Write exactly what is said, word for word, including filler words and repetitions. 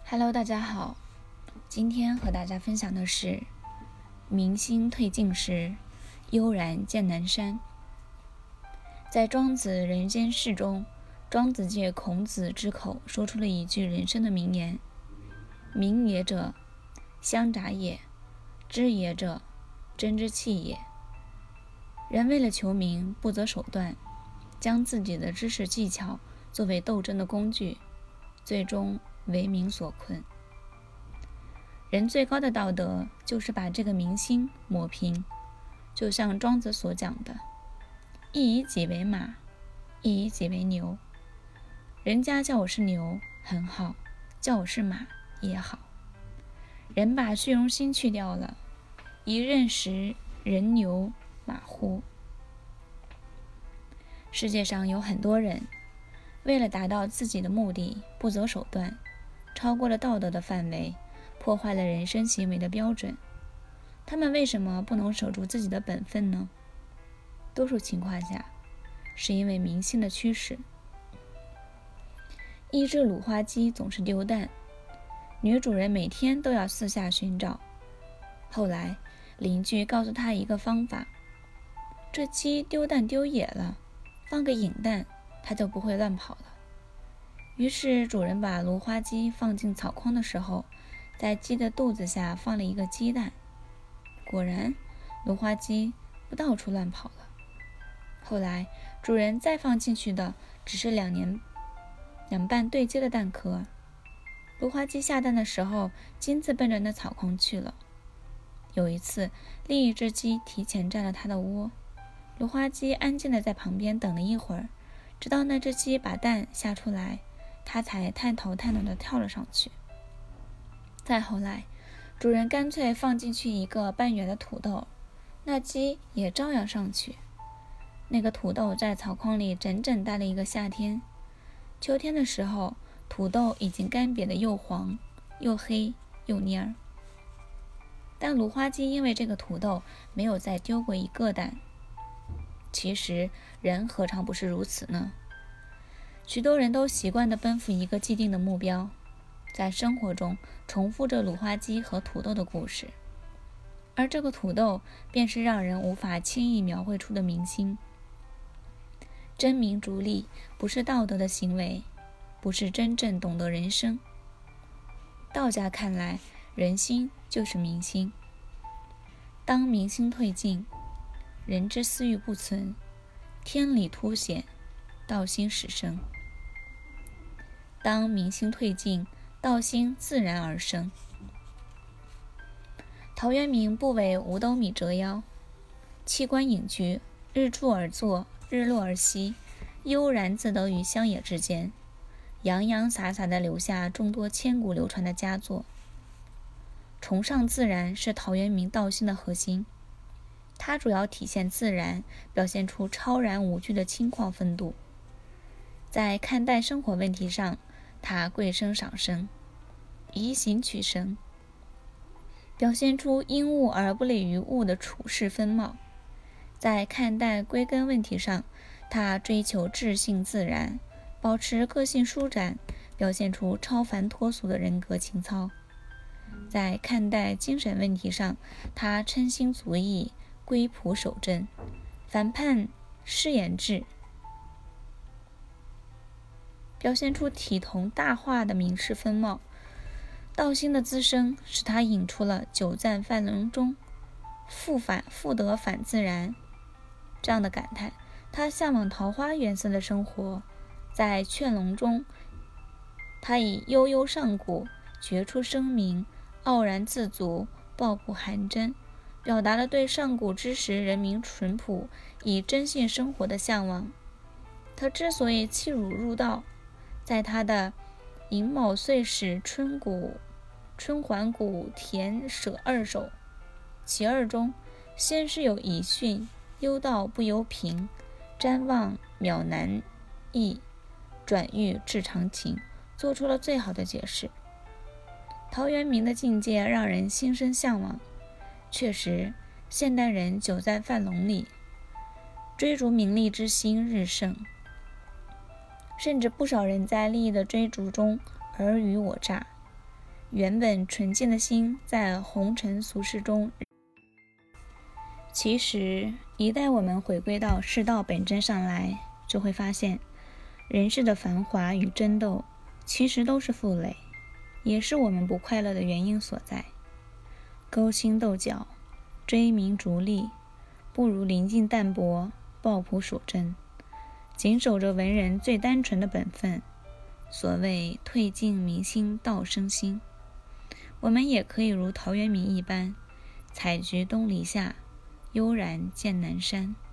Hello， 大家好，今天和大家分享的是明星退尽时，悠然见南山。在庄子人间世中，庄子借孔子之口说出了一句人生的名言：名也者，相察也；知也者，真之器也。人为了求名，不择手段，将自己的知识技巧作为斗争的工具，最终为名所困。人最高的道德就是把这个明星抹平，就像庄子所讲的，亦以己为马，亦以己为牛。人家叫我是牛很好，叫我是马也好。人把虚荣心去掉了，一认识人牛马乎。世界上有很多人为了达到自己的目的，不择手段，超过了道德的范围，破坏了人生行为的标准。他们为什么不能守住自己的本分呢？多数情况下，是因为明星的驱使。一只鲁花鸡总是丢蛋，女主人每天都要四下寻找。后来，邻居告诉她一个方法：这鸡丢蛋丢野了，放个引蛋，它就不会乱跑了。于是主人把芦花鸡放进草筐的时候，在鸡的肚子下放了一个鸡蛋。果然，芦花鸡不到处乱跑了。后来主人再放进去的只是两年两半对接的蛋壳。芦花鸡下蛋的时候，亲自奔着那草筐去了。有一次，另一只鸡提前占了它的窝，芦花鸡安静地在旁边等了一会儿，直到那只鸡把蛋下出来，它才探头探脑地跳了上去。再后来，主人干脆放进去一个半圆的土豆，那鸡也照样上去。那个土豆在草筐里整整待了一个夏天。秋天的时候，土豆已经干瘪的又黄又黑又蔫儿。但芦花鸡因为这个土豆没有再丢过一个蛋。其实人何尝不是如此呢？许多人都习惯地奔赴一个既定的目标，在生活中重复着芦花鸡和土豆的故事，而这个土豆便是让人无法轻易描绘出的明星。争名逐利不是道德的行为，不是真正懂得人生。道家看来，人心就是明星。当明星退尽，人之私欲不存，天理凸显，道心始生。当明星退尽，道心自然而生。陶渊明不为五斗米折腰，弃官隐居，日出而作，日落而息，悠然自得于乡野之间，洋洋洒洒地留下众多千古流传的佳作。崇尚自然是陶渊明道心的核心，它主要体现自然，表现出超然无惧的清旷风度。在看待生活问题上，他贵生赏生，以形取声，表现出因物而不累于物的处世风貌。在看待归根问题上，他追求质性自然，保持个性舒展，表现出超凡脱俗的人格情操。在看待精神问题上，他称心足意，归朴守正，反叛失言制，表现出体同大化的名士风貌。道心的滋生使他引出了久赞范龙中复反复得反自然这样的感叹。他向往桃花源色的生活，在劝龙中，他以悠悠上古，绝出声名，傲然自足，抱朴含真，表达了对上古之时人民淳朴以真性生活的向往。他之所以弃儒入道，在他的寅卯岁始春谷春环谷田舍二首其二中，先是有以训忧道不由贫，瞻望渺难易，转喻至常情，做出了最好的解释。陶渊明的境界让人心生向往。确实，现代人久在饭笼里，追逐名利之心日盛，甚至不少人在利益的追逐中尔虞我诈。 原本纯净的心在红尘俗世中。其实一旦我们回归到世道本真上来，就会发现人世的繁华与争斗其实都是负累，也是我们不快乐的原因所在。勾心斗角，追名逐利，不如宁静淡泊，抱朴守真，谨守着文人最单纯的本分。所谓退尽民心道生心，我们也可以如陶渊明一般，采菊东篱下，悠然见南山。